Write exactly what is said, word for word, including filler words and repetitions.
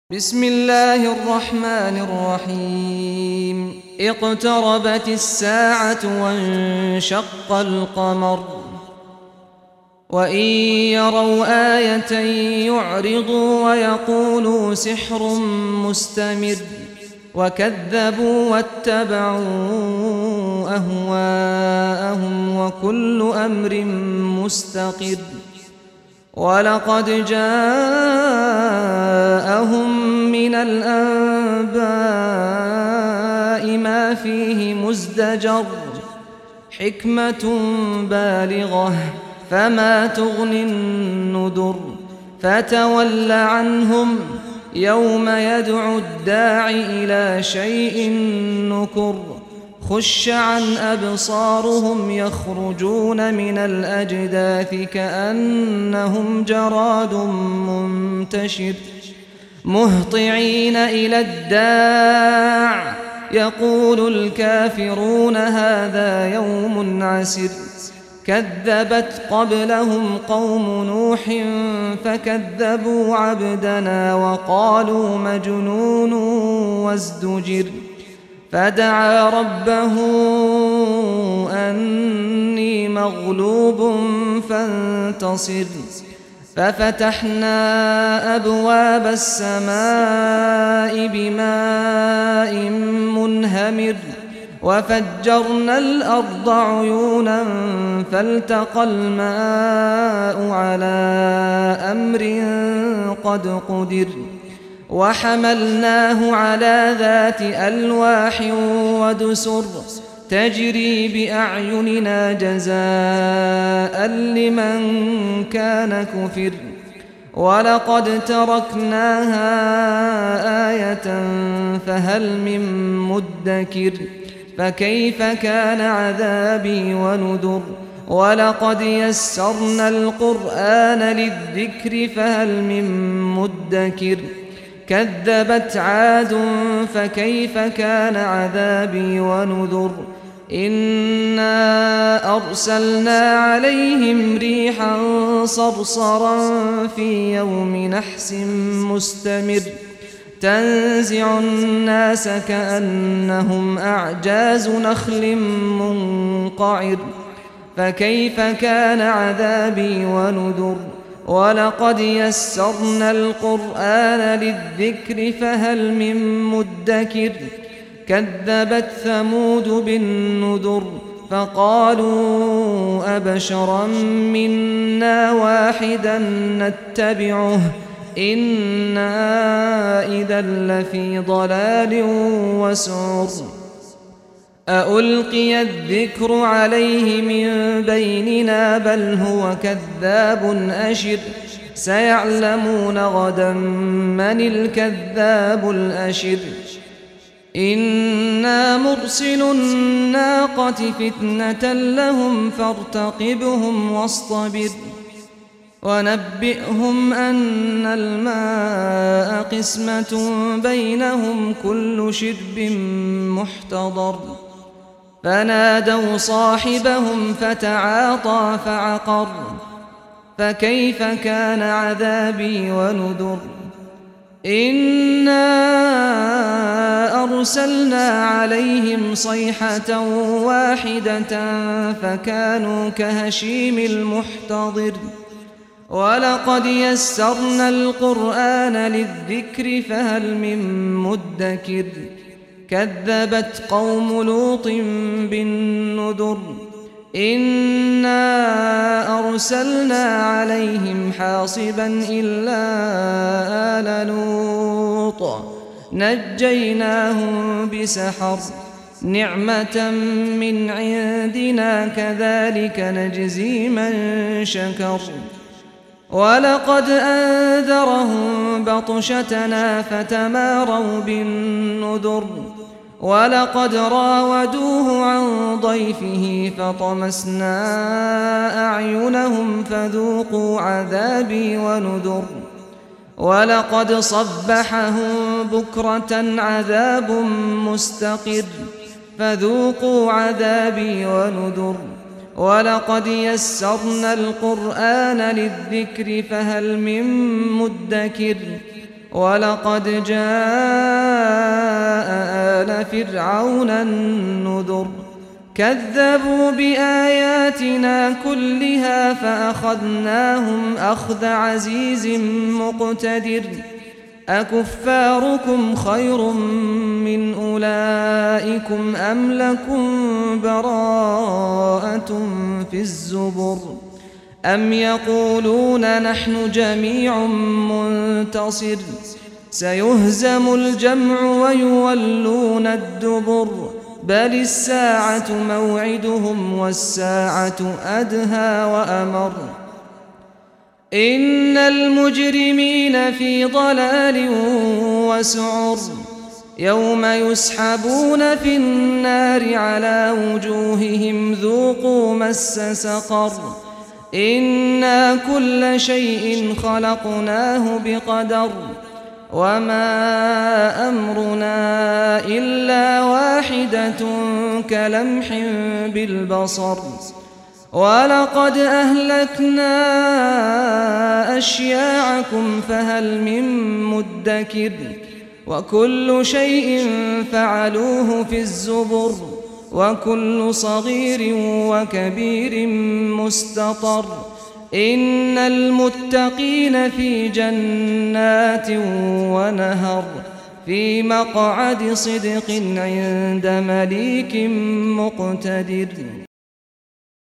بسم الله الرحمن الرحيم اقتربت الساعة وانشق القمر وإن يروا آية يعرضوا ويقولوا سحر مستمر وكذبوا واتبعوا أهواءهم وكل أمر مستقر ولقد جاءهم من الأنباء ما فيه مزدجر حكمة بالغة فما تغني النذر فتول عنهم يوم يدعو الداع إلى شيء نكر خش عن أبصارهم يخرجون من الأجداث كأنهم جراد منتشر مهطعين إلى الداع يقول الكافرون هذا يوم عسر كذبت قبلهم قوم نوح فكذبوا عبدنا وقالوا مجنون وازدجر فدعا ربه أني مغلوب فانتصر ففتحنا أبواب السماء بماء منهمر وفجرنا الأرض عيونا فالتقى الماء على أمر قد قدر وحملناه على ذات ألواح ودسر تجري بأعيننا جزاء لمن كان كفر ولقد تركناها آية فهل من مدكر فكيف كان عذابي ونذر ولقد يسرنا القرآن للذكر فهل من مدكر كذبت عاد فكيف كان عذابي ونذر إنا أرسلنا عليهم ريحا صرصرا في يوم نحس مستمر تنزع الناس كأنهم أعجاز نخل منقعر فكيف كان عذابي ونذر ولقد يسرنا القرآن للذكر فهل من مدكر كذبت ثمود بالنذر فقالوا أبشرا منا واحدا نتبعه إنا إذا لفي ضلال وسعر أألقي الذكر عليه من بيننا بل هو كذاب أشر سيعلمون غدا من الكذاب الأشر إنا مرسل الناقة فتنة لهم فارتقبهم واصطبر ونبئهم أن الماء قسمة بينهم كل شرب محتضر فنادوا صاحبهم فتعاطى فعقر فكيف كان عذابي ونذر إنا أرسلنا عليهم صيحة واحدة فكانوا كهشيم المحتضر ولقد يسرنا القرآن للذكر فهل من مدكر كذبت قوم لوط بالنذر إنا أرسلنا عليهم حاصبا إلا آل لوط نجيناهم بسحر نعمة من عندنا كذلك نجزي من شكر ولقد أنذرهم بطشتنا فتماروا بالنذر ولقد راودوه عن ضيفه فطمسنا أعينهم فذوقوا عذابي ونذر ولقد صبحهم بكرة عذاب مستقر فذوقوا عذابي ونذر ولقد يسرنا القرآن للذكر فهل من مدكر ولقد جاء آل فرعون النذر كذبوا بآياتنا كلها فأخذناهم أخذ عزيز مقتدر أكفاركم خير من أولئكم أم لكم براءة في الزبر أم يقولون نحن جميع منتصر سيهزم الجمع ويولون الدبر بل الساعة موعدهم والساعة أدهى وأمر إن المجرمين في ضلال وسعر يوم يسحبون في النار على وجوههم ذوقوا مس سقر إنا كل شيء خلقناه بقدر وما أمرنا إلا واحدة كلمح بالبصر ولقد أهلكنا أشياعكم فهل من مدكر وكل شيء فعلوه في الزبر وكل صغير وكبير مستطر إن المتقين في جنات ونهر في مقعد صدق عند مليك مقتدر.